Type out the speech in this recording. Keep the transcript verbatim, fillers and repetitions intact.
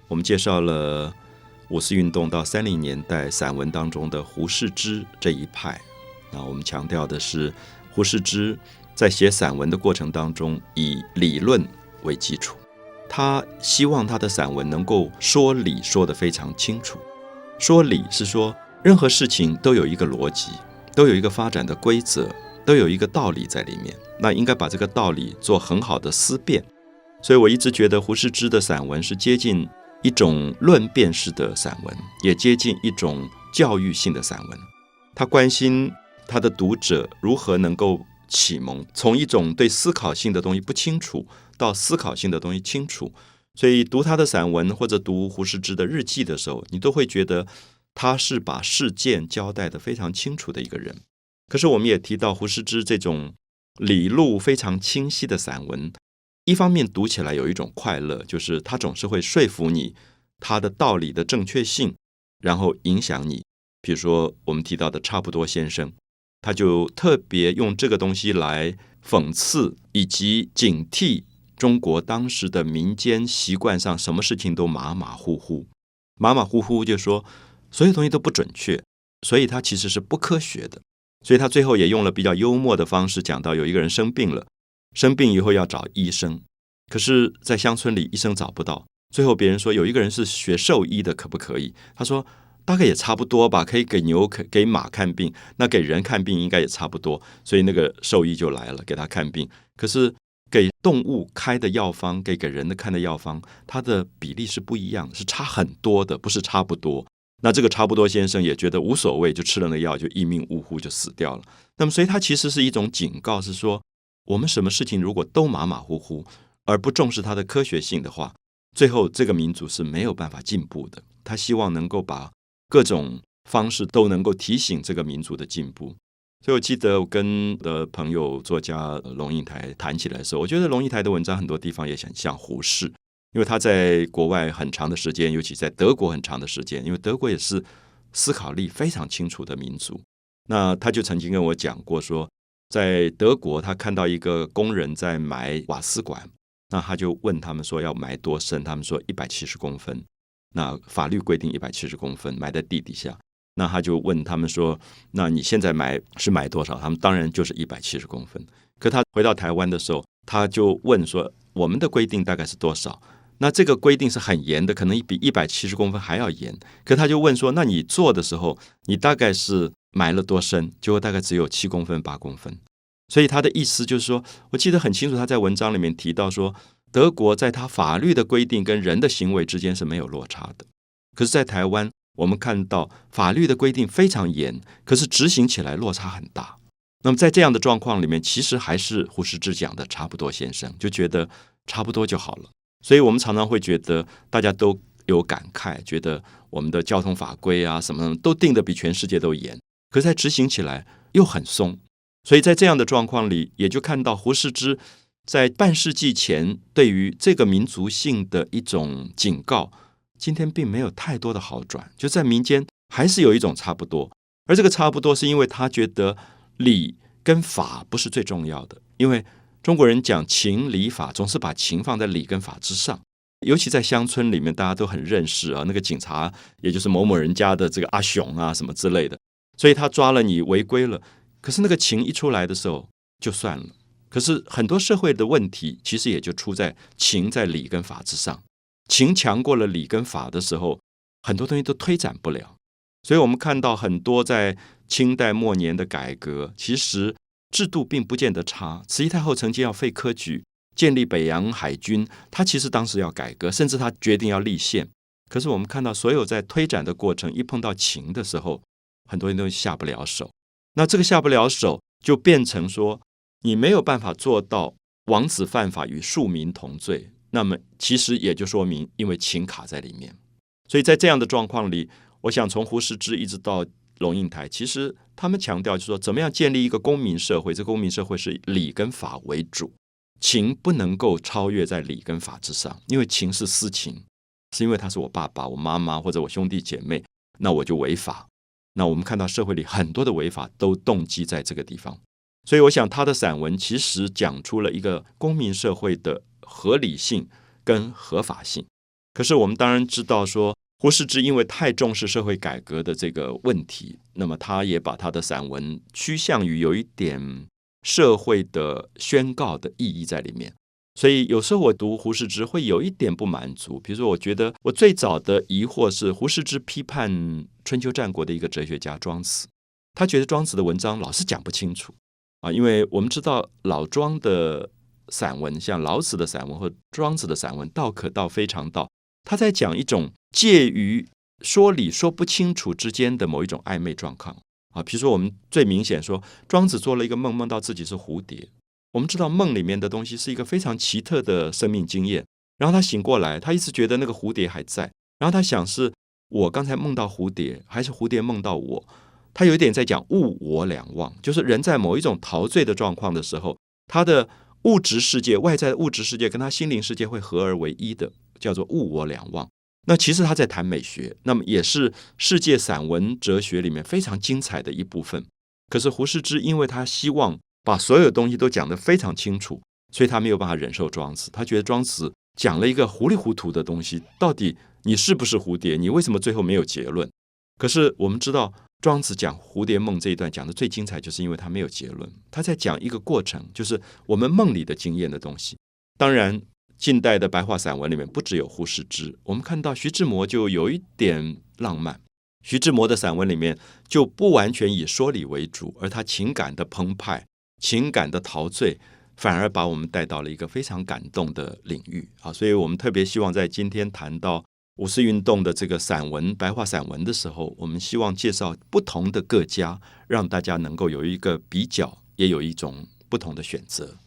我们介绍了五四运动到三零年代散文当中的胡适之这一派。那我们强调的是胡适之在写散文的过程当中以理论为基础，他希望他的散文能够说理说得非常清楚。说理是说任何事情都有一个逻辑，都有一个发展的规则，都有一个道理在里面，那应该把这个道理做很好的思辨。所以我一直觉得胡适之的散文是接近一种论辩式的散文，也接近一种教育性的散文。他关心他的读者如何能够启蒙，从一种对思考性的东西不清楚到思考性的东西清楚。所以读他的散文或者读胡适之的日记的时候，你都会觉得他是把事件交代得非常清楚的一个人。可是我们也提到胡适之这种理路非常清晰的散文，一方面读起来有一种快乐，就是他总是会说服你他的道理的正确性，然后影响你。比如说我们提到的差不多先生，他就特别用这个东西来讽刺以及警惕中国当时的民间习惯上什么事情都马马虎虎。马马虎虎就说所有东西都不准确，所以它其实是不科学的。所以他最后也用了比较幽默的方式讲到，有一个人生病了，生病以后要找医生，可是在乡村里医生找不到，最后别人说有一个人是学兽医的，可不可以？他说大概也差不多吧，可以给牛给马看病，那给人看病应该也差不多。所以那个兽医就来了，给他看病。可是给动物开的药方给给人的看的药方，它的比例是不一样，是差很多的，不是差不多。那这个差不多先生也觉得无所谓，就吃了那个药就一命呜呼就死掉了。那么所以它其实是一种警告，是说我们什么事情如果都马马虎虎而不重视它的科学性的话，最后这个民族是没有办法进步的。他希望能够把各种方式都能够提醒这个民族的进步。所以我记得我跟我的朋友作家龙应台谈起来的时候，我觉得龙应台的文章很多地方也很像胡适，因为他在国外很长的时间，尤其在德国很长的时间，因为德国也是思考力非常清楚的民族。那他就曾经跟我讲过说，在德国他看到一个工人在埋瓦斯管，那他就问他们说要埋多深，他们说一百七十公分，那法律规定一百七十公分，埋在地底下。那他就问他们说，那你现在埋是埋多少？他们当然就是一百七十公分。可他回到台湾的时候，他就问说我们的规定大概是多少？那这个规定是很严的，可能比一百七十公分还要严。可他就问说，那你做的时候你大概是埋了多深？结果大概只有七公分八公分。所以他的意思就是说，我记得很清楚，他在文章里面提到说，德国在他法律的规定跟人的行为之间是没有落差的。可是在台湾我们看到法律的规定非常严，可是执行起来落差很大。那么在这样的状况里面，其实还是胡适之讲的差不多先生，就觉得差不多就好了。所以我们常常会觉得大家都有感慨，觉得我们的交通法规啊什么都定得比全世界都严，可是在执行起来又很松。所以在这样的状况里，也就看到胡适之在半世纪前对于这个民族性的一种警告，今天并没有太多的好转，就在民间还是有一种差不多。而这个差不多是因为他觉得理跟法不是最重要的，因为中国人讲情理法，总是把情放在理跟法之上。尤其在乡村里面，大家都很认识啊，那个警察也就是某某人家的这个阿雄啊什么之类的，所以他抓了你违规了，可是那个情一出来的时候就算了。可是很多社会的问题其实也就出在情在理跟法之上，情强过了理跟法的时候，很多东西都推展不了。所以我们看到很多在清代末年的改革，其实制度并不见得差。慈禧太后曾经要废科举，建立北洋海军，他其实当时要改革，甚至他决定要立宪。可是我们看到所有在推展的过程，一碰到情的时候，很多人都下不了手。那这个下不了手，就变成说你没有办法做到王子犯法与庶民同罪，那么其实也就说明因为情卡在里面。所以在这样的状况里，我想从胡适之一直到龙应台，其实他们强调就是说，怎么样建立一个公民社会，这公民社会是理跟法为主，情不能够超越在理跟法之上。因为情是私情，是因为他是我爸爸我妈妈或者我兄弟姐妹，那我就违法。那我们看到社会里很多的违法都动机在这个地方。所以我想他的散文其实讲出了一个公民社会的合理性跟合法性。 可是我们当然知道说，胡适之因为太重视社会改革的这个问题，那么他也把他的散文趋向于有一点社会的宣告的意义在里面。所以有时候我读胡适之会有一点不满足，比如说我觉得我最早的疑惑是胡适之批判春秋战国的一个哲学家庄子，他觉得庄子的文章老是讲不清楚啊，因为我们知道老庄的散文，像老子的散文或庄子的散文，道可道非常道，他在讲一种介于说理说不清楚之间的某一种暧昧状况啊。比如说我们最明显说，庄子做了一个梦，梦到自己是蝴蝶。我们知道梦里面的东西是一个非常奇特的生命经验，然后他醒过来，他一直觉得那个蝴蝶还在，然后他想是我刚才梦到蝴蝶，还是蝴蝶梦到我。他有一点在讲物我两忘，就是人在某一种陶醉的状况的时候，他的物质世界，外在的物质世界跟他心灵世界会合而为一的，叫做物我两忘。那其实他在谈美学，那么也是世界散文哲学里面非常精彩的一部分。可是胡适之因为他希望把所有东西都讲得非常清楚，所以他没有办法忍受庄子，他觉得庄子讲了一个糊里糊涂的东西，到底你是不是蝴蝶，你为什么最后没有结论。可是我们知道庄子讲蝴蝶梦这一段讲的最精彩，就是因为他没有结论，他在讲一个过程，就是我们梦里的经验的东西。当然近代的白话散文里面不只有胡适之，我们看到徐志摩就有一点浪漫，徐志摩的散文里面就不完全以说理为主，而他情感的澎湃，情感的陶醉，反而把我们带到了一个非常感动的领域。好，所以我们特别希望在今天谈到五四运动的这个散文，白话散文的时候，我们希望介绍不同的各家，让大家能够有一个比较，也有一种不同的选择。